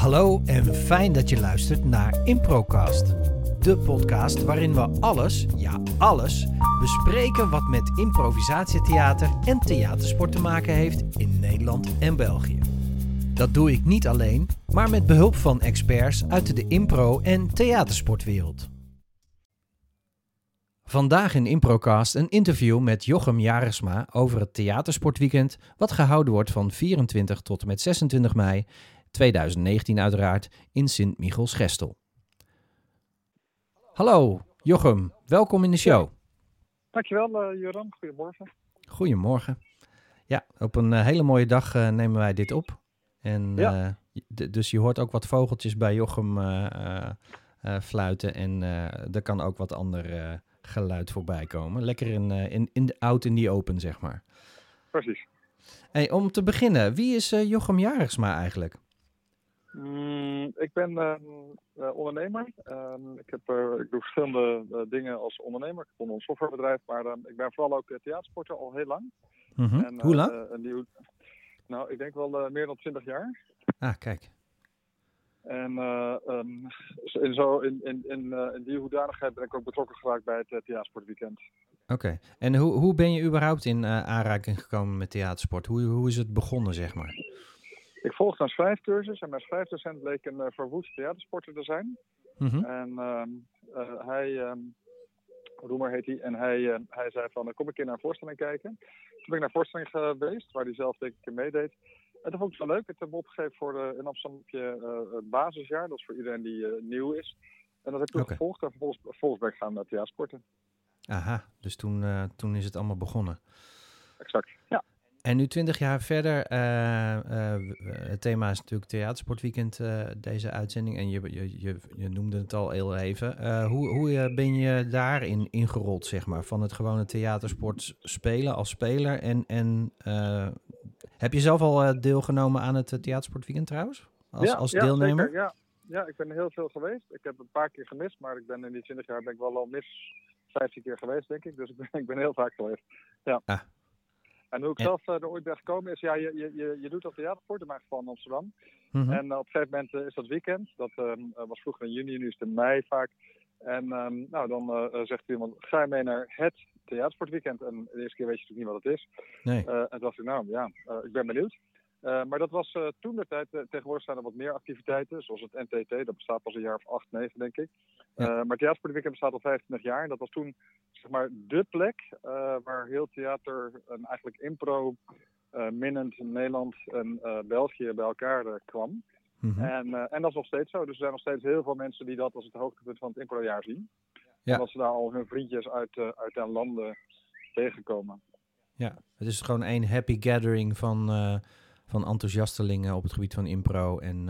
Hallo en fijn dat je luistert naar Improcast. De podcast waarin we alles bespreken wat met improvisatietheater en theatersport te maken heeft in Nederland en België. Dat doe ik niet alleen, maar met behulp van experts uit de impro- en theatersportwereld. Vandaag in Improcast een interview met Jochem Jarisma over het theatersportweekend wat gehouden wordt van 24 tot en met 26 mei 2019 uiteraard in Sint-Michiels-Gestel. Hallo Jochem, welkom in de show. Dankjewel Joran, goedemorgen. Goedemorgen. Ja, op een hele mooie dag nemen wij dit op. En dus je hoort ook wat vogeltjes bij Jochem fluiten en er kan ook wat ander geluid voorbij komen. Lekker out in the open, zeg maar. Precies. Hey, om te beginnen, wie is Jochem Jarisma eigenlijk? Ik ben ondernemer. Ik doe verschillende dingen als ondernemer. Ik heb een softwarebedrijf, maar ik ben vooral ook theatersporter al heel lang. Mm-hmm. En, hoe lang? Ik denk wel meer dan 20 jaar. Ah, kijk. En in die hoedanigheid ben ik ook betrokken geraakt bij het theatersportweekend. Oké. En hoe ben je überhaupt in aanraking gekomen met theatersport? Hoe is het begonnen, zeg maar? Ik volgde een schrijfcursus en mijn schrijfdocent bleek een verwoed theatersporter te zijn. Mm-hmm. En Roemer heet hij, en hij zei van, kom een keer naar een voorstelling kijken. Toen ben ik naar een voorstelling geweest, waar hij zelf denk ik meedeed. En dat vond ik zo leuk. Ik heb hem opgegeven voor in Amsterdam heb je het basisjaar. Dat is voor iedereen die nieuw is. En dat heb ik toen gevolgd. En vervolgens ben ik gaan naar theatersporten. Aha, dus toen is het allemaal begonnen. Exact, ja. En nu 20 jaar verder, het thema is natuurlijk theatersportweekend, deze uitzending. En je noemde het al heel even. Hoe ben je daarin ingerold, zeg maar, van het gewone theatersport spelen als speler? En heb je zelf al deelgenomen aan het theatersportweekend trouwens? Als deelnemer? Zeker, ja, ik ben heel veel geweest. Ik heb een paar keer gemist, maar ik ben in die 20 jaar ben ik wel al 15 keer geweest, denk ik. Dus ik ben heel vaak geweest, ja. Ah. En hoe ik zelf er ooit ben gekomen is, je doet dat theatersport, in mijn geval in Amsterdam. Mm-hmm. En op een gegeven moment is dat weekend, dat was vroeger in juni, nu is het in mei vaak. En dan zegt iemand, ga je mee naar het theatersportweekend? En de eerste keer weet je natuurlijk niet wat het is. Nee. En toen dacht ik, ik ben benieuwd. Maar dat was toen de tijd, tegenwoordig zijn er wat meer activiteiten, zoals het NTT, dat bestaat pas een jaar of 8, 9 denk ik. Ja. Maar het theatersportweekend bestaat al 25 jaar en dat was toen zeg maar dé plek waar heel theater en eigenlijk impro minnend Nederland en België bij elkaar kwam. Mm-hmm. En dat is nog steeds zo. Dus er zijn nog steeds heel veel mensen die dat als het hoogtepunt van het improjaar zien. Ja. En dat ze daar al hun vriendjes uit hun landen tegenkomen. Ja, het is gewoon één happy gathering van enthousiastelingen op het gebied van impro. En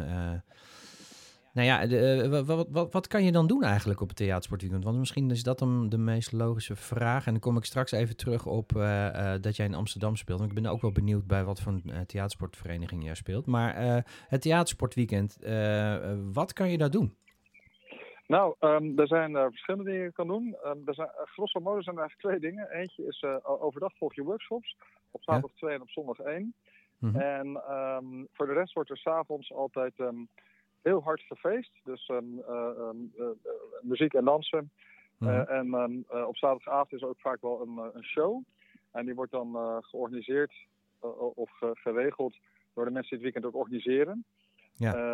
wat kan je dan doen eigenlijk op het theatersportweekend? Want misschien is dat dan de meest logische vraag. En dan kom ik straks even terug op dat jij in Amsterdam speelt. Want ik ben ook wel benieuwd bij wat voor theatersportvereniging jij speelt. Maar het theatersportweekend, wat kan je daar doen? Nou, er zijn verschillende dingen die je kan doen. Grosso modo zijn er eigenlijk 2 dingen. Eentje is overdag volg je workshops. Op zaterdag 2 en op zondag 1. Mm-hmm. En voor de rest wordt er 's avonds altijd heel hard gefeest. Dus muziek en dansen. Mm-hmm. En op zaterdagavond is er ook vaak wel een show. En die wordt dan georganiseerd of geregeld door de mensen die het weekend ook organiseren. Ja.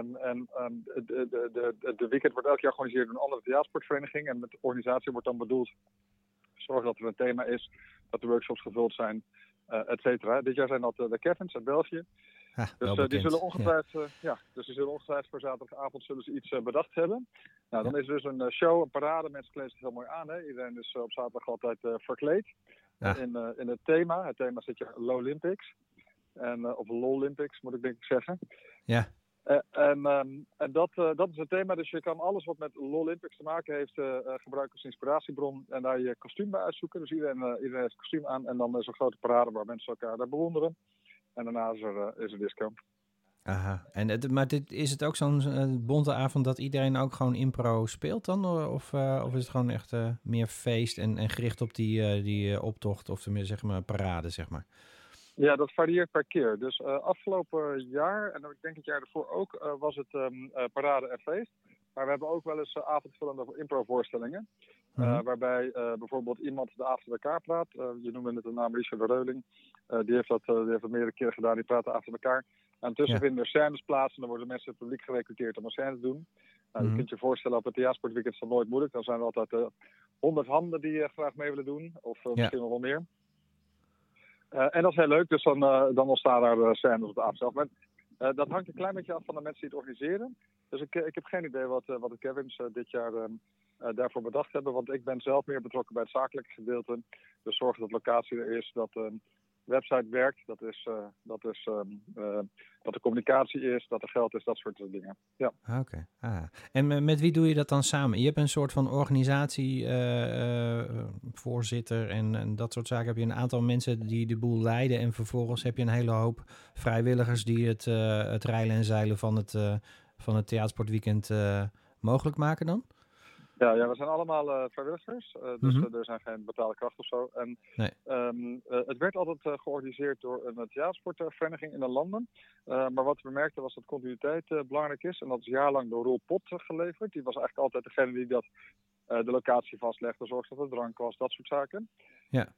De weekend wordt elk jaar georganiseerd door een andere theatersportvereniging. En met de organisatie wordt dan bedoeld zorgen dat er een thema is, dat de workshops gevuld zijn, et cetera. Dit jaar zijn dat de Kevins uit België. Dus die zullen ongetwijfeld voor zaterdagavond zullen ze iets bedacht hebben. Nou, dan is er dus een show, een parade. Mensen kleden zich heel mooi aan. Hè? Iedereen is op zaterdag altijd verkleed in het thema. Het thema zit hier Lolympics. Of Lolympics moet ik denk ik zeggen. Ja. En dat is het thema. Dus je kan alles wat met Lolympics te maken heeft gebruiken als inspiratiebron. En daar je kostuum bij uitzoeken. Dus iedereen heeft een kostuum aan. En dan is er een grote parade waar mensen elkaar daar bewonderen. En daarna is er disco. Aha. Maar is het ook zo'n bonte avond dat iedereen ook gewoon impro speelt dan? Of is het gewoon echt meer feest en gericht op die optocht of tenminste zeg maar parade, zeg maar? Ja, dat varieert per keer. Dus afgelopen jaar, en ik denk het jaar ervoor ook, was het parade en feest. Maar we hebben ook wel eens avondvullende improvoorstellingen. Waarbij bijvoorbeeld iemand de avond bij elkaar praat. Je noemde het de naam Richard de Reuling. Die heeft dat meerdere keren gedaan. Die praten avond bij elkaar. En tussen vinden er scènes plaats. En dan worden mensen het publiek gerecruiteerd om een scène te doen. Je kunt je voorstellen, op het theatersportweekend is dat nooit moeilijk. Dan zijn er altijd 100 handen die graag mee willen doen. Of misschien nog wel meer. En dat is heel leuk. Dus dan ontstaan er scènes op de avond zelf. Maar dat hangt een klein beetje af van de mensen die het organiseren. Dus ik heb geen idee wat de Kevins dit jaar daarvoor bedacht hebben. Want ik ben zelf meer betrokken bij het zakelijke gedeelte. Dus zorgen dat locatie er is, dat de website werkt. Dat de communicatie is, dat er geld is, dat soort dingen. Ja. Oké. En met wie doe je dat dan samen? Je hebt een soort van organisatie, voorzitter en dat soort zaken. Heb je een aantal mensen die de boel leiden en vervolgens heb je een hele hoop vrijwilligers die het rijlen en zeilen van het theatersportweekend mogelijk maken dan? Ja, we zijn allemaal vrijwilligers, dus er zijn geen betaalde krachten of zo. En het werd altijd georganiseerd door een theatersportvereniging in de landen. Maar wat we merkten was dat continuïteit belangrijk is. En dat is jarenlang door Roel Pot geleverd. Die was eigenlijk altijd degene die de locatie vastlegde, zorgde dat er drank was, dat soort zaken. Ja.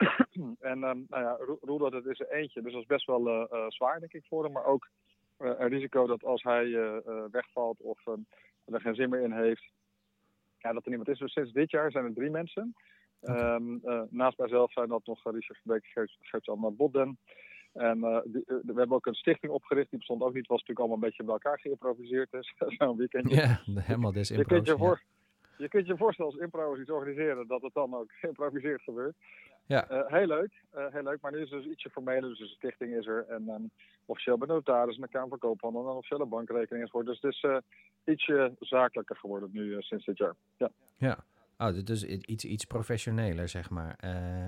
En Roel dat het is er eentje, dus dat is best wel zwaar denk ik voor hem. Maar ook een risico dat als hij wegvalt of er geen zin meer in heeft, dat er niemand is. Dus sinds dit jaar zijn er 3 mensen. Naast mijzelf zijn dat nog Richard Verbeek, Gert-Jan Bodden. En we hebben ook een stichting opgericht. Die bestond ook niet. Het was natuurlijk allemaal een beetje bij elkaar geïmproviseerd. Dus zo'n weekendje. Ja, helemaal desimprovisierd. Je kunt je voorstellen als improvers iets organiseren dat het dan ook geïmproviseerd gebeurt. Ja. Heel leuk. Maar nu is het dus ietsje formeler. Dus de stichting is er. En officieel bij notaris en de Kamer van Koophandel en een officiële bankrekening enzovoort. Dus het is ietsje zakelijker geworden nu sinds dit jaar. Ja. Oh, dus iets professioneler, zeg maar.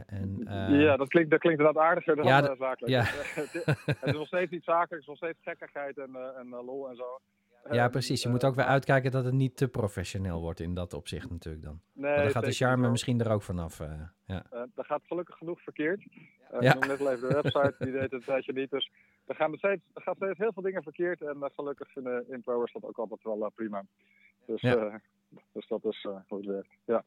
Ja, dat klinkt inderdaad aardiger dan zakelijk. Ja. Het is nog steeds iets zakelijk, het is nog steeds gekkigheid en lol en zo. Ja, precies. Je moet ook weer uitkijken dat het niet te professioneel wordt in dat opzicht natuurlijk dan. Nee, dan gaat de charme misschien er ook vanaf. Daar gaat gelukkig genoeg verkeerd. Ja. Ik noem net al even de website, die deed het een tijdje niet. Dus er gaan steeds heel veel dingen verkeerd. En gelukkig vinden improvers dat ook altijd wel prima. Dus, dus dat is hoe het werkt. Ja.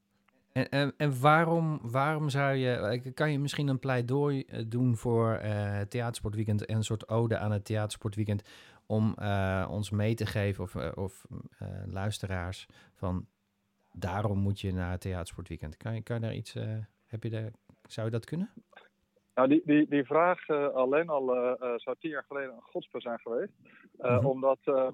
En waarom zou je... Kan je misschien een pleidooi doen voor het theatersportweekend en een soort ode aan het theatersportweekend om ons mee te geven of luisteraars van daarom moet je naar het theatersportweekend. Kan je daar iets... zou je dat kunnen? Nou, die vraag alleen al zou 10 jaar geleden een godspe zijn geweest. Omdat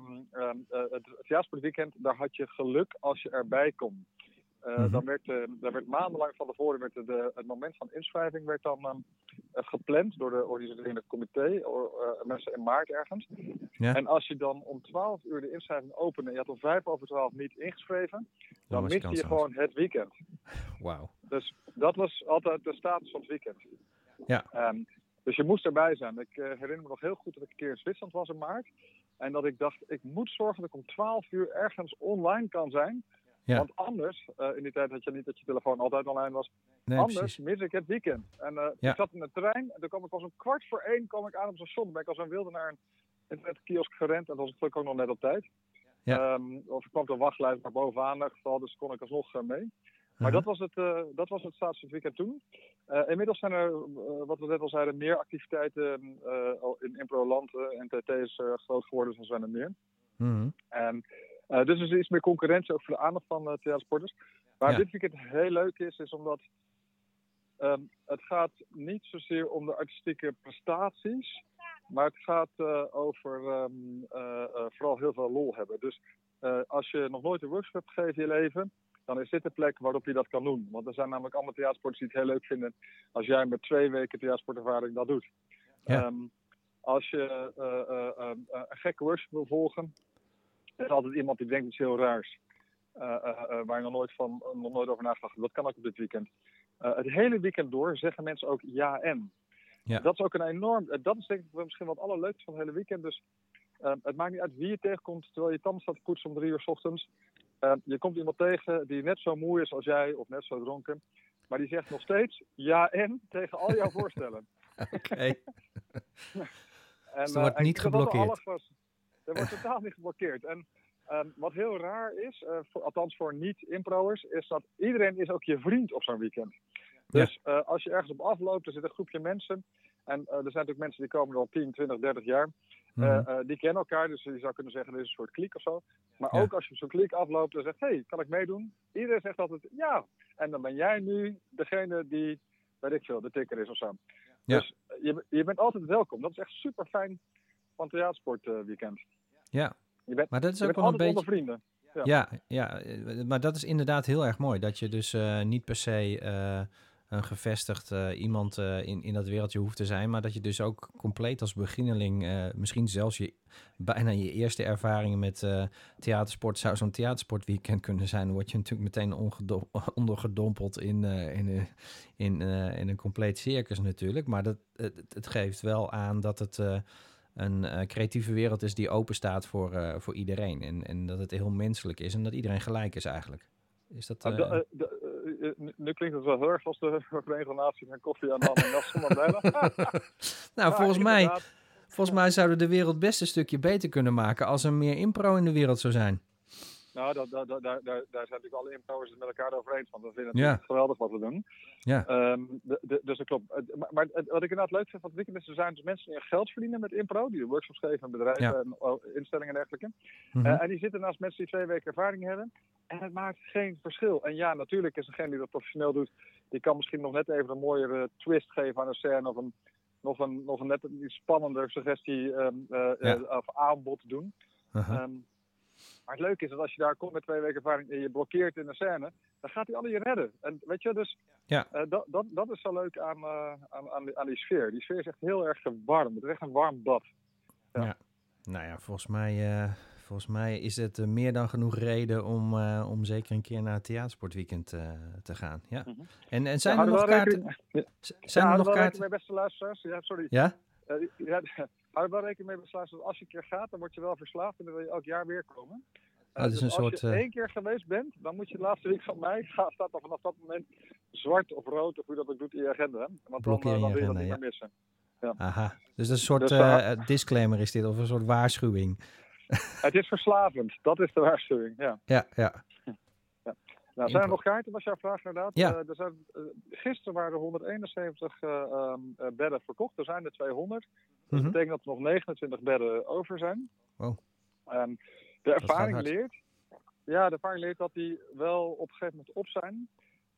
het theatersportweekend, daar had je geluk als je erbij kon. Dan werd maandenlang van tevoren het moment van inschrijving werd dan gepland door de organiserende comité, mensen in maart ergens. Ja. En als je dan om 12 uur de inschrijving opende en je had om 11:55 niet ingeschreven, dan miste je gewoon het weekend. Wauw. Dus dat was altijd de status van het weekend. Ja. Dus je moest erbij zijn. Ik herinner me nog heel goed dat ik een keer in Zwitserland was in maart. En dat ik dacht, ik moet zorgen dat ik om 12 uur ergens online kan zijn. Ja. Want anders, in die tijd had je niet dat je telefoon altijd online was. Nee, anders precies. Mis ik het weekend. En ik zat in de trein en toen kwam ik pas om 1:15 kwam ik aan op het station. Dan ben ik als een wilde naar een internetkiosk gerend. En dat was ik gelukkig ook nog net op tijd. Ja. Of ik kwam op de wachtlijst naar bovenaan in ieder geval. Dus kon ik alsnog mee. Maar dat was het status van het weekend toen. Inmiddels zijn er, wat we net al zeiden, meer activiteiten in Improland. NTT is groot geworden, dus er zijn er meer. Dus er is iets meer concurrentie ook voor de aandacht van theatersporters. Maar dit weekend heel leuk is omdat het gaat niet zozeer om de artistieke prestaties, maar het gaat over vooral heel veel lol hebben. Dus als je nog nooit een workshop hebt gegeven in je leven, dan is dit de plek waarop je dat kan doen. Want er zijn namelijk allemaal theatersporters die het heel leuk vinden als jij met 2 weken theatersportervaring dat doet. Ja. Als je een gekke workshop wil volgen, er is altijd iemand die denkt iets heel raars. Waar je nog nooit over nagedacht hebt. Dat kan ook op dit weekend. Het hele weekend door zeggen mensen ook ja en. Ja. Dat is ook een enorm... dat is denk ik misschien wat het allerleukste van het hele weekend. Dus het maakt niet uit wie je tegenkomt terwijl je tanden staat te poetsen om 3 uur 's ochtends. Je komt iemand tegen die net zo moe is als jij of net zo dronken. Maar die zegt nog steeds ja en tegen al jouw voorstellen. Oké. Dus er wordt niet geblokkeerd. Er wordt totaal niet geblokkeerd. En wat heel raar is, althans voor niet-impro'ers, is dat iedereen is ook je vriend op zo'n weekend. Dus als je ergens op afloopt, er zit een groepje mensen. En er zijn natuurlijk mensen die komen al 10, 20, 30 jaar. Die kennen elkaar, dus je zou kunnen zeggen, dit is een soort kliek of zo. Maar ook als je op zo'n kliek afloopt en zegt, hey, kan ik meedoen? Iedereen zegt altijd, ja. En dan ben jij nu degene die, weet ik veel, de tikker is of zo. Ja. Dus je bent altijd welkom. Dat is echt super fijn van theatersportweekend. Ja, maar dat is ook wel een beetje onder vrienden. Ja, maar dat is inderdaad heel erg mooi. Dat je dus niet per se een gevestigd iemand in dat wereldje hoeft te zijn. Maar dat je dus ook compleet als beginneling, misschien zelfs bijna je eerste ervaringen met theatersport, zou zo'n theatersportweekend kunnen zijn. Dan word je natuurlijk meteen ondergedompeld in een compleet circus natuurlijk. Maar het geeft wel aan dat het een creatieve wereld is die open staat voor iedereen. En dat het heel menselijk is en dat iedereen gelijk is eigenlijk. Is dat... nu klinkt het wel heel erg als de Verenigde Naties en koffie aan de hand en Nelson Mandela. Nou, volgens mij zouden de wereld best een stukje beter kunnen maken als er meer impro in de wereld zou zijn. Nou, daar zijn natuurlijk alle impro'ers het met elkaar over eens. Want we vinden het geweldig wat we doen. Ja. Dus dat klopt. Maar wat ik inderdaad leuk vind van het weekend is, er zijn dus mensen die geld verdienen met impro. Die workshops geven aan bedrijven en instellingen en dergelijke. En die zitten naast mensen die 2 weken ervaring hebben. En het maakt geen verschil. En ja, natuurlijk is degene die dat professioneel doet, die kan misschien nog net even een mooiere twist geven aan een scène. Of nog een net iets spannender suggestie of aanbod doen. Maar het leuke is dat als je daar komt met 2 weken ervaring en je blokkeert in een scène, dan gaat hij alle je redden. En weet je, dus dat is zo leuk aan die sfeer. Die sfeer is echt heel erg warm. Het is echt een warm bad. Ja. Nou ja, volgens mij is het meer dan genoeg reden om zeker een keer naar het theatersportweekend te gaan. Ja. En zijn er nog kaarten? Zijn er nog kaarten? Mee, beste luisteraars. Ja, sorry. Ja? Hou er wel rekening mee, beste luisteraars. Als je een keer gaat, dan word je wel verslaafd en dan wil je elk jaar weer komen. Dus als je 1 keer geweest bent, dan moet je de laatste week van mei, staat dan vanaf dat moment zwart of rood, of hoe dat ook doet, in je agenda. Want dan wil je dat niet meer missen. Ja. Aha, dus dat is een soort disclaimer is dit, of een soort waarschuwing. Het is verslavend, dat is de waarschuwing, ja. Ja. Nou, zijn er nog kaarten, was jouw vraag inderdaad? Ja. Gisteren waren er 171 bedden verkocht, er zijn er 200. Dat betekent dat er nog 29 bedden over zijn. Wow. De ervaring leert dat die wel op een gegeven moment op zijn.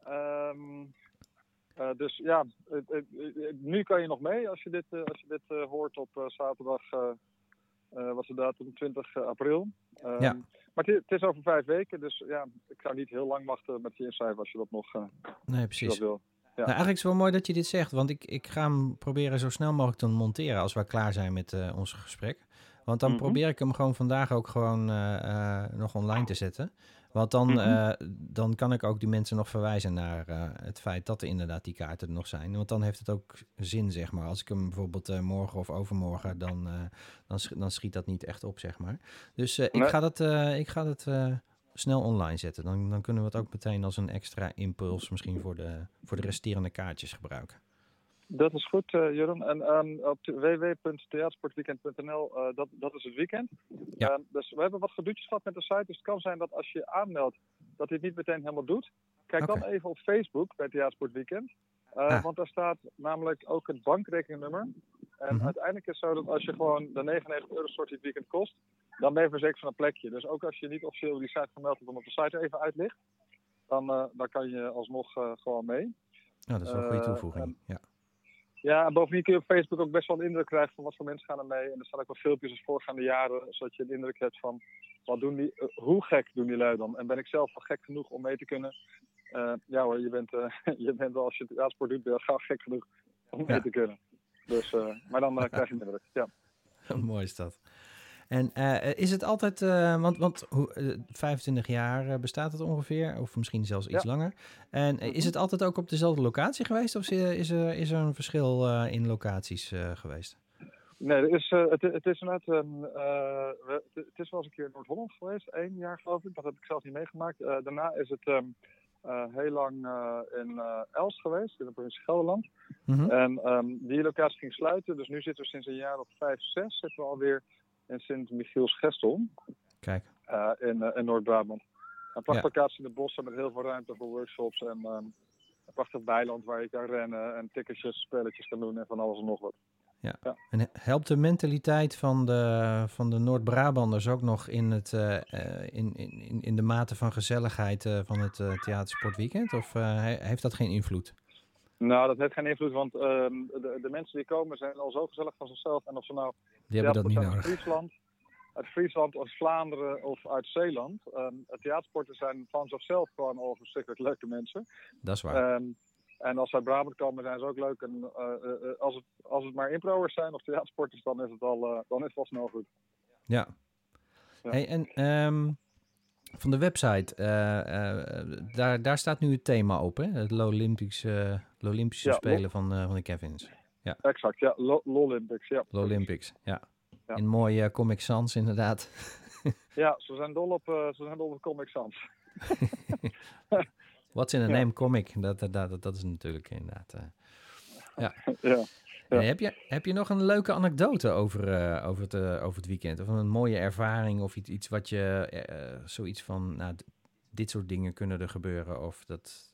Dus ja, nu kan je nog mee als je dit hoort op zaterdag, was de datum 20 april. Maar het is over 5 weken, dus ja, ik zou niet heel lang wachten met je inschrijven als je dat nog nee, precies. wil. Ja. Nou, eigenlijk is het wel mooi dat je dit zegt, want ik ga hem proberen zo snel mogelijk te monteren als we klaar zijn met ons gesprek. Want dan probeer ik hem gewoon vandaag ook gewoon nog online te zetten. Want dan kan ik ook die mensen nog verwijzen naar het feit dat er inderdaad die kaarten er nog zijn. Want dan heeft het ook zin, zeg maar. Als ik hem bijvoorbeeld morgen of overmorgen, dan schiet dat niet echt op, zeg maar. Dus ik ga dat snel online zetten. Dan kunnen we het ook meteen als een extra impuls misschien voor de resterende kaartjes gebruiken. Dat is goed, Jeroen. En op www.theatersportweekend.nl, dat is het weekend. Ja. Dus we hebben wat gedoetjes gehad met de site. Dus het kan zijn dat als je aanmeldt, dat dit niet meteen helemaal doet. Kijk dan even op Facebook bij Theatersportweekend. Want daar staat namelijk ook het bankrekeningnummer. En uiteindelijk is het zo dat als je gewoon de €99 dit weekend kost, dan ben je verzekerd van een plekje. Dus ook als je niet officieel die site gemeld hebt, dan op de site even uitligt, dan kan je alsnog gewoon mee. Ja, dat is wel een goede toevoeging. Ja, en bovendien kun je op Facebook ook best wel een indruk krijgen van wat voor mensen gaan er mee. En er staan ook wel filmpjes als voorgaande jaren, zodat je een indruk hebt van hoe gek doen die lui dan? En ben ik zelf wel gek genoeg om mee te kunnen? Ja hoor, je bent wel, als je theatersport doet, ben je gauw gek genoeg om mee te kunnen. Dus, maar dan krijg je een indruk, ja. Mooi is dat. En is het altijd, want 25 jaar bestaat het ongeveer, of misschien zelfs iets langer. En is het altijd ook op dezelfde locatie geweest, of is er een verschil in locaties geweest? Nee, het is inderdaad, het is wel eens een keer in Noord-Holland geweest, 1 jaar geloof ik. Dat heb ik zelf niet meegemaakt. Daarna is het heel lang in Elst geweest, in de provincie Gelderland. Mhm. En die locatie ging sluiten. Dus nu zitten we sinds een jaar of 5, 6 zitten we alweer in Sint-Michiels-Gestel. Kijk. In Noord-Brabant. Een prachtige Ja. locatie in de bossen met heel veel ruimte voor workshops. En een prachtig weiland waar je kan rennen en tikkertjes, spelletjes kan doen en van alles en nog wat. Ja. Ja. En helpt de mentaliteit van de Noord-Brabanders ook nog in de mate van gezelligheid van het theatersportweekend? Of heeft dat geen invloed? Nou, dat heeft geen invloed, want de mensen die komen zijn al zo gezellig van zichzelf. En of ze nou Die hebben dat niet uit nodig. uit Friesland of Vlaanderen of uit Zeeland. Theatersporters zijn van zichzelf gewoon al verschrikkelijk leuke mensen. Dat is waar. En als ze uit Brabant komen, zijn ze ook leuk. En als het maar impro'ers zijn of theatersporters, dan is het al snel goed. Ja. Hey, en van de website, daar staat nu het thema op, hè? Het Olympische Spelen van de Kevins. Ja. Exact, ja. Olympics, ja. Olympics, ja. Ja. In mooie Comic Sans, inderdaad. Ja, ze zijn dol op Comic Sans. What's in a name comic? Dat is natuurlijk inderdaad... ja. Ja. Ja. Heb je nog een leuke anekdote over het weekend? Of een mooie ervaring of iets wat je... zoiets van, nou, dit soort dingen kunnen er gebeuren of dat...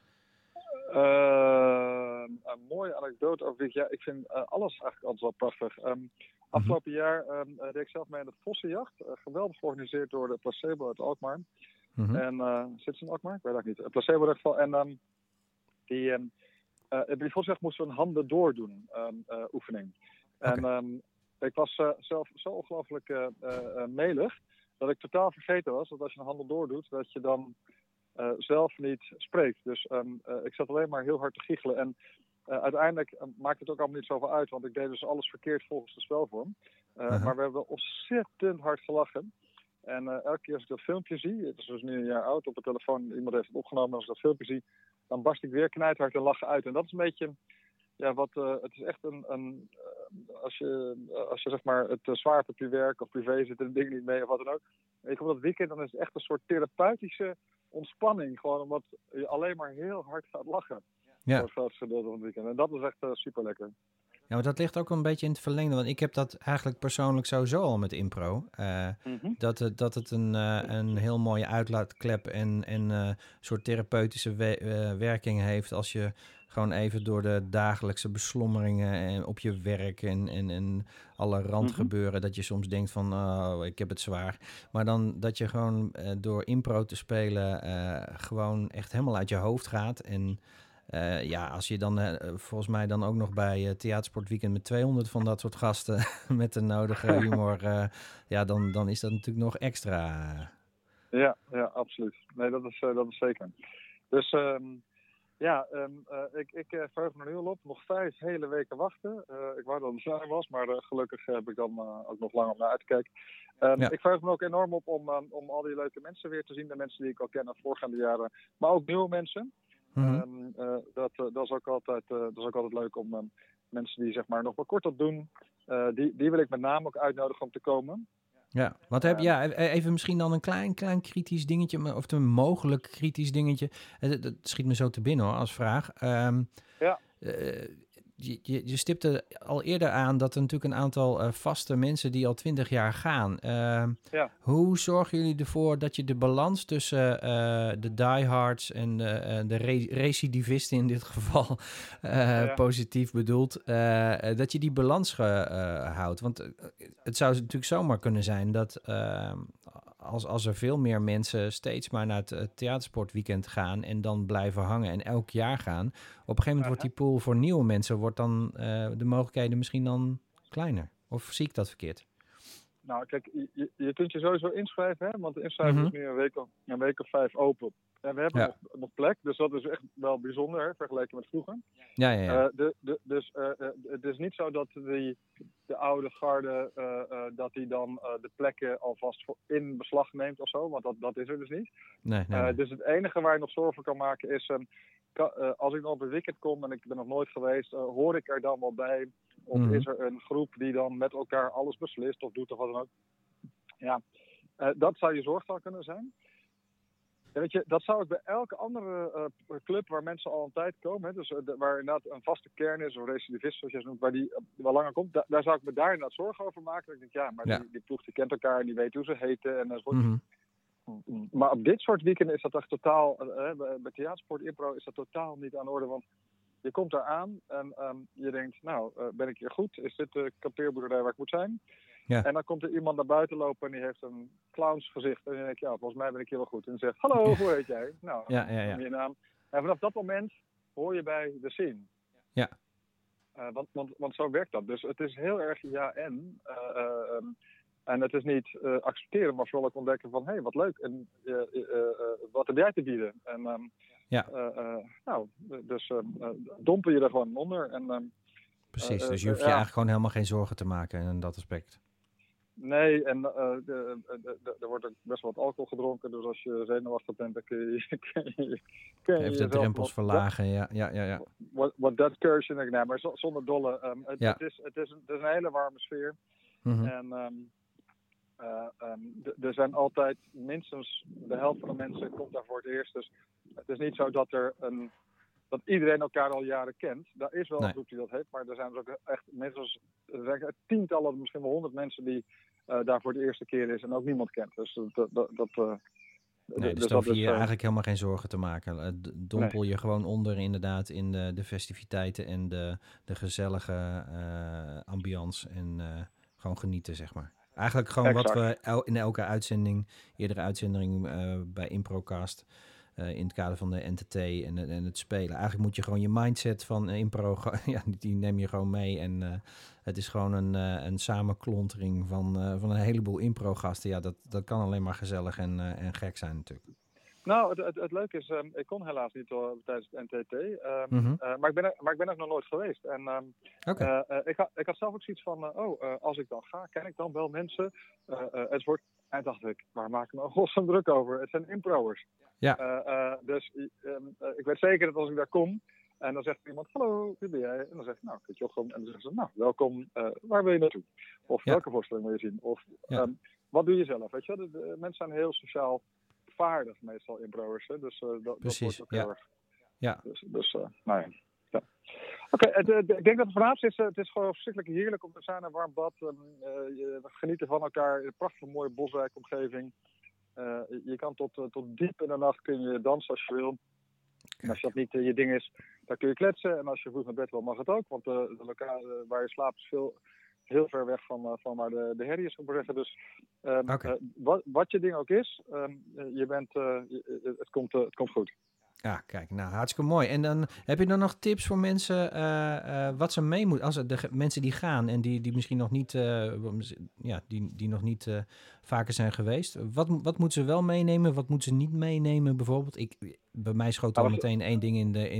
Een mooie anekdote over dit. Ja, ik vind alles eigenlijk altijd wel prachtig. Afgelopen jaar deed ik zelf mee aan de Vossenjacht. Geweldig georganiseerd door de Placebo uit Alkmaar. En zit ze in Alkmaar? Ik weet dat niet. Placebo in ieder geval. En bij die Vossenjacht moesten we een handen doordoen oefening. Okay. En ik was zelf zo ongelooflijk melig dat ik totaal vergeten was dat als je een handen doordoet, dat je dan zelf niet spreekt. Dus ik zat alleen maar heel hard te giechelen. En uiteindelijk maakt het ook allemaal niet zoveel uit, want ik deed dus alles verkeerd volgens de spelvorm. Maar we hebben ontzettend hard gelachen. En elke keer als ik dat filmpje zie, het is dus nu een jaar oud, op de telefoon, iemand heeft het opgenomen, als ik dat filmpje zie, dan barst ik weer knijthard en lachen uit. En dat is een beetje, ja, het is echt als je zeg maar het zwaar hebt op je werk of privé zit en dingen niet mee of wat dan ook. En je komt dat weekend, dan is het echt een soort therapeutische ontspanning. Gewoon omdat je alleen maar heel hard gaat lachen. Ja. Voor het grootste gedeelte van het weekend. En dat is echt super lekker. Ja, maar dat ligt ook een beetje in het verlengde. Want ik heb dat eigenlijk persoonlijk sowieso al met impro. Dat het een heel mooie uitlaatklep en een soort therapeutische werking heeft als je gewoon even door de dagelijkse beslommeringen en op je werk en alle randgebeuren, dat je soms denkt van, oh, ik heb het zwaar. Maar dan dat je gewoon door impro te spelen gewoon echt helemaal uit je hoofd gaat. En ja, als je dan volgens mij dan ook nog bij Theatersportweekend met 200 van dat soort gasten met de nodige humor, ja, dan is dat natuurlijk nog extra. Ja, absoluut. Nee, dat is zeker. Dus ik verheug me er nu al op. Nog 5 hele weken wachten. Ik wou dat het sneller was, maar gelukkig heb ik dan ook nog lang om naar uit te kijken. Ik verheug me ook enorm op om al die leuke mensen weer te zien. De mensen die ik al ken uit voorgaande jaren, maar ook nieuwe mensen. Dat is ook altijd leuk om mensen die zeg maar nog wat korter doen, die wil ik met name ook uitnodigen om te komen. Ja, wat even misschien dan een klein kritisch dingetje, of een mogelijk kritisch dingetje. Dat schiet me zo te binnen hoor, als vraag. Je stipte al eerder aan dat er natuurlijk een aantal vaste mensen die al 20 jaar gaan. Hoe zorgen jullie ervoor dat je de balans tussen de diehards en de recidivisten in dit geval, positief bedoeld, dat je die balans houdt? Want het zou natuurlijk zomaar kunnen zijn dat als er veel meer mensen steeds maar naar het theatersportweekend gaan en dan blijven hangen en elk jaar gaan, op een gegeven moment wordt die pool voor nieuwe mensen, wordt dan de mogelijkheden misschien dan kleiner? Of zie ik dat verkeerd? Nou, kijk, je kunt je sowieso inschrijven, hè? Want de inschrijving is nu een week of 5 open. En we hebben nog plek, dus dat is echt wel bijzonder, hè, vergeleken met vroeger. Ja. Dus het is niet zo dat de oude garde, dat die dan de plekken alvast in beslag neemt of zo, want dat is er dus niet. Nee. Dus het enige waar je nog zorgen voor kan maken is, als ik nog op een weekend kom en ik ben nog nooit geweest, hoor ik er dan wel bij? Of is er een groep die dan met elkaar alles beslist of doet of wat dan ook? Ja, dat zou je zorg dan kunnen zijn. Ja, weet je, dat zou ik bij elke andere club waar mensen al een tijd komen, hè, dus waar inderdaad een vaste kern is, of recidivist zoals je het noemt, waar die wel langer komt, daar zou ik me daar inderdaad zorgen over maken. Ik denk, ja, maar die ploeg die kent elkaar en die weet hoe ze heten enzovoort. Maar op dit soort weekenden is dat echt totaal, bij theatersport, impro is dat totaal niet aan de orde, want je komt daar aan en je denkt, nou, ben ik hier goed? Is dit de kampeerboerderij waar ik moet zijn? Ja. En dan komt er iemand naar buiten lopen en die heeft een clownsgezicht. En dan denk je, ja, volgens mij ben ik hier wel goed. En dan zegt, hallo, hoe heet jij? Nou, je naam. En vanaf dat moment hoor je bij de scene. Ja. Want zo werkt dat. Dus het is heel erg ja en het is niet accepteren, maar vooral ook ontdekken van, hé, wat leuk. En wat heb jij te bieden? En dompel je er gewoon onder. En, precies, dus je hoeft je eigenlijk gewoon helemaal geen zorgen te maken in dat aspect. Nee, en er wordt ook best wel wat alcohol gedronken, dus als je zenuwachtig bent, dan kun je even de drempels verlagen, ja. Wat dat cursion, nee, maar zonder dolle. Het is een hele warme sfeer. En er zijn altijd minstens de helft van de mensen komt daar voor het eerst. Dus het is niet zo dat dat iedereen elkaar al jaren kent. Daar is wel een groep die dat heeft, maar er zijn dus ook echt minstens tientallen, misschien wel 100 mensen die daar voor de eerste keer is en ook niemand kent. Dus dus daar hoef je eigenlijk helemaal geen zorgen te maken. Dompel je gewoon onder inderdaad in de festiviteiten en de gezellige ambiance en gewoon genieten, zeg maar. Eigenlijk gewoon wat we in elke uitzending, eerdere uitzending bij Improcast, in het kader van de NTT en het spelen. Eigenlijk moet je gewoon je mindset van impro, die neem je gewoon mee. En het is gewoon een samenklontering van een heleboel impro-gasten. Ja, dat kan alleen maar gezellig en gek zijn natuurlijk. Nou, het leuke is, ik kon helaas niet tijdens het NTT, maar ik ben er nog nooit geweest. En ik had zelf ook zoiets van, als ik dan ga, ken ik dan wel mensen? En dacht ik, waar maak ik me godsnaam druk over? Het zijn impro'ers. Ja. Dus ik weet zeker dat als ik daar kom, en dan zegt iemand, hallo, wie ben jij? En dan zeg ik, nou, ik heet Jochem. En dan zeggen ze, nou, welkom, waar wil je naartoe? Of welke voorstelling wil je zien? Of wat doe je zelf? Weet je, de mensen zijn heel sociaal vaardig meestal impro'ers. Dus dat wordt ook heel erg. Ja. Dus nou ja. Oké, ik denk dat het vanavond is. Het is gewoon verschrikkelijk heerlijk om te zijn. Een warm bad. We genieten van elkaar in een prachtige mooie boswijkomgeving. Je kan tot diep in de nacht kun je dansen als je wil. En als dat niet je ding is, dan kun je kletsen. En als je vroeg naar bed wil, mag het ook. Want de lokaal waar je slaapt is heel ver weg van waar de herrie is, om te zeggen. Dus wat je ding ook is, het komt goed. Ja, kijk, nou, hartstikke mooi. En dan heb je dan nog tips voor mensen wat ze mee moeten, als de mensen die gaan en die misschien nog niet, die nog niet vaker zijn geweest. Wat moeten ze wel meenemen? Wat moeten ze niet meenemen? Bijvoorbeeld, bij mij schoot al meteen één ding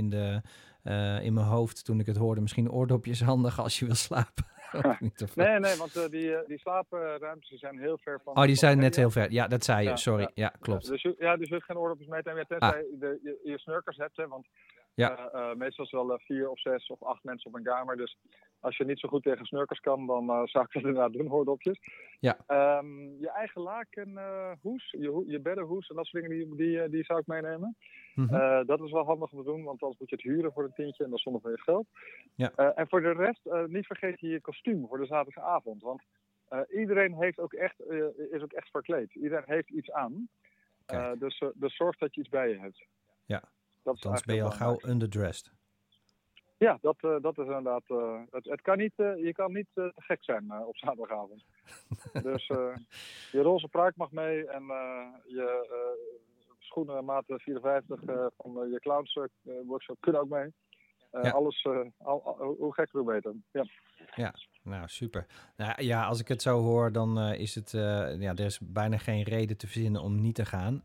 in mijn hoofd toen ik het hoorde. Misschien oordopjes handig als je wil slapen. Nee, want die slaapruimtes zijn heel ver van... Oh, die zijn net heel ver. Ja, dat zei je. Sorry. Ja, klopt. Dus je hoeft geen oordopjes mee te nemen. Tenzij je snurkers hebt, hè, want meestal is wel 4 of 6 of 8 mensen op een kamer. Dus als je niet zo goed tegen snurkers kan, dan zou ik dat inderdaad doen, oordopjes. Ja. Je eigen lakenhoes, je beddenhoes en dat soort dingen, die zou ik meenemen. Dat is wel handig om te doen, want anders moet je het huren voor een tientje en dat is zonder van je geld. Ja. En voor de rest, niet vergeten je kostuum voor de zaterdagavond. Want iedereen is ook echt verkleed. Iedereen heeft iets aan. Dus zorg dat je iets bij je hebt. Ja, anders ben je al gauw underdressed. Ja, dat is inderdaad... Het kan niet, je kan niet te gek zijn op zaterdagavond. Dus je roze pruik mag mee en je schoenen maat 54 van je clowns workshop kunnen ook mee. Alles, hoe gek hoe beter. Ja, nou super. Nou, ja, als ik het zo hoor, dan is het... er is bijna geen reden te verzinnen om niet te gaan.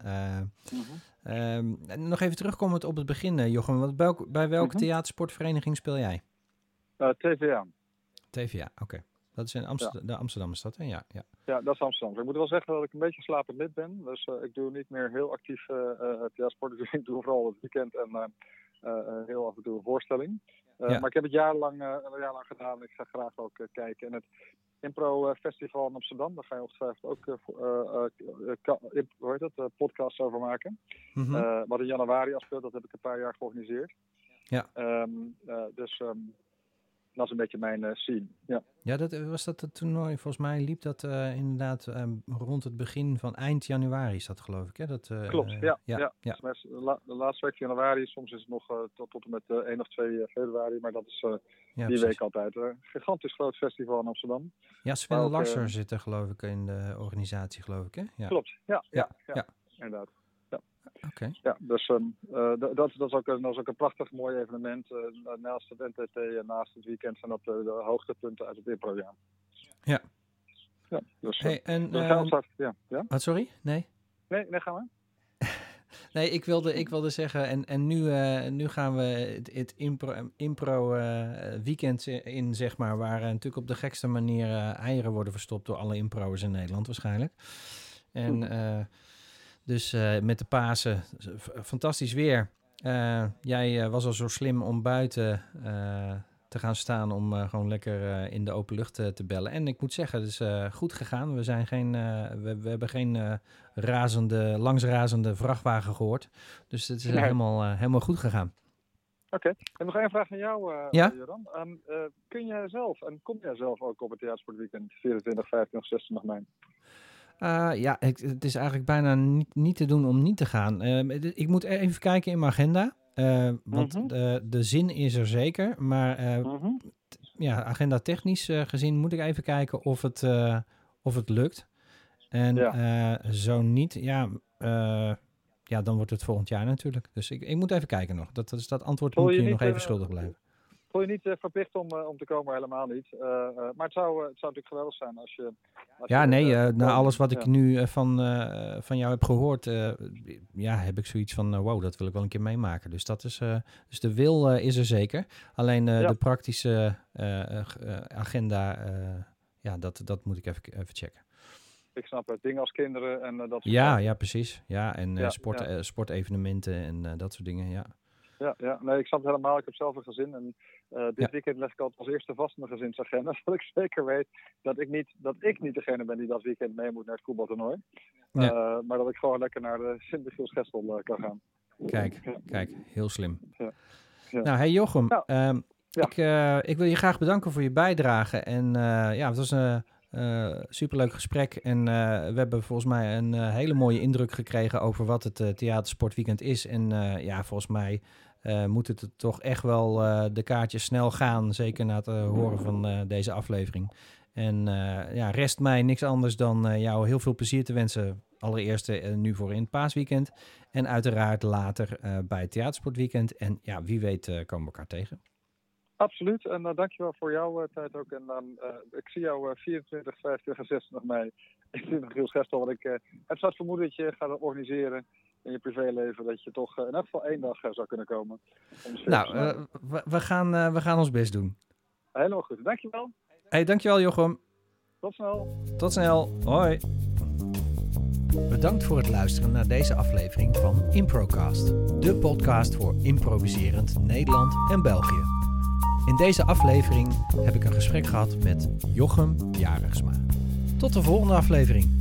Nog even terugkomend op het begin, Jochem. Bij welke theatersportvereniging speel jij? TVA. TVA, oké. Dat is in de Amsterdam is dat, hè? Ja, dat is Amsterdam. Ik moet wel zeggen dat ik een beetje slapend lid ben. Dus ik doe niet meer heel actief theatersport. Dus ik doe vooral het weekend en heel af en toe een voorstelling. Maar ik heb het jarenlang gedaan en ik ga graag ook kijken. En Impro Festival in Amsterdam. Daar ga je ongetwijfeld ook podcasts over maken. Mm-hmm. Wat in januari afspeelt, dat heb ik een paar jaar georganiseerd. Ja. Dus dat is een beetje mijn scene. Ja, Was dat het toernooi? Volgens mij liep dat inderdaad rond het begin van eind januari is dat, geloof ik. Hè? Klopt, ja. Ja. De laatste week van januari, soms is het nog tot en met 1 of 2 februari, maar dat is die precies. week altijd. Gigantisch groot festival in Amsterdam. Ja, Sven Lasser zit er, geloof ik, in de organisatie, geloof ik, hè? Ja. Klopt, ja, inderdaad. Okay. Ja, dus dat is ook een prachtig mooi evenement. Naast het NTT en naast het weekend zijn dat de hoogtepunten uit het improjaar. Ja. Ja, dus ja. Wat, sorry? Nee, ga maar. Nee, ik wilde zeggen, en nu gaan we het impro weekend in, zeg maar, waar natuurlijk op de gekste manier eieren worden verstopt door alle impro'ers in Nederland waarschijnlijk. En dus met de Pasen, fantastisch weer. Jij was al zo slim om buiten te gaan staan om gewoon lekker in de open lucht te bellen. En ik moet zeggen, het is goed gegaan. We hebben geen langsrazende vrachtwagen gehoord. Dus het is helemaal goed gegaan. Oké. En nog één vraag aan jou, Joran. Kom jij zelf ook op het Theatersportweekend 24, 25, 26 mei? Het is eigenlijk bijna niet te doen om niet te gaan. Ik moet even kijken in mijn agenda. Want de zin is er zeker. Maar agenda technisch gezien moet ik even kijken of het lukt. En zo niet, dan wordt het volgend jaar natuurlijk. Dus ik moet even kijken nog. Dat antwoord moet je nog even schuldig blijven. Voel je niet verplicht om te komen, helemaal niet. Maar het zou natuurlijk geweldig zijn als je... Na alles wat ik nu van jou heb gehoord, heb ik zoiets van, wow, dat wil ik wel een keer meemaken. Dus dus de wil is er zeker. Alleen de praktische agenda, dat moet ik even checken. Ik snap het. Dingen als kinderen en dat soort dingen. Ja, precies. Ja, en sportevenementen en dat soort dingen, ja. Ja, nee, ik snap het helemaal. Ik heb zelf een gezin en dit weekend leg ik altijd als eerste vast mijn gezinsagenda, zodat ik zeker weet dat ik niet degene ben die dat weekend mee moet naar het voetbaltoernooi. Maar dat ik gewoon lekker naar de Sint-Michiels-Gestel kan gaan. Kijk, heel slim. Ja. Nou, hey Jochem, ik wil je graag bedanken voor je bijdrage. En het was een superleuk gesprek. En we hebben volgens mij een hele mooie indruk gekregen over wat het Theatersportweekend is. En volgens mij moet het toch echt wel de kaartjes snel gaan. Zeker na het horen van deze aflevering. En rest mij niks anders dan jou heel veel plezier te wensen. Allereerst nu voor in het paasweekend. En uiteraard later bij het Theatersportweekend. En wie weet komen we elkaar tegen. Absoluut. En dankjewel voor jouw tijd ook. En ik zie jou 24, 25 en 26 mei in Sint-Michiels-Gestel. Want ik heb zo'n vermoeden dat je gaat organiseren in je privéleven. Dat je toch in elk geval 1 dag zou kunnen komen. We gaan ons best doen. Helemaal goed. Dankjewel. Hey, dankjewel Jochem. Tot snel. Hoi. Bedankt voor het luisteren naar deze aflevering van Improcast. De podcast voor improviserend Nederland en België. In deze aflevering heb ik een gesprek gehad met Jochem Jarigsma. Tot de volgende aflevering.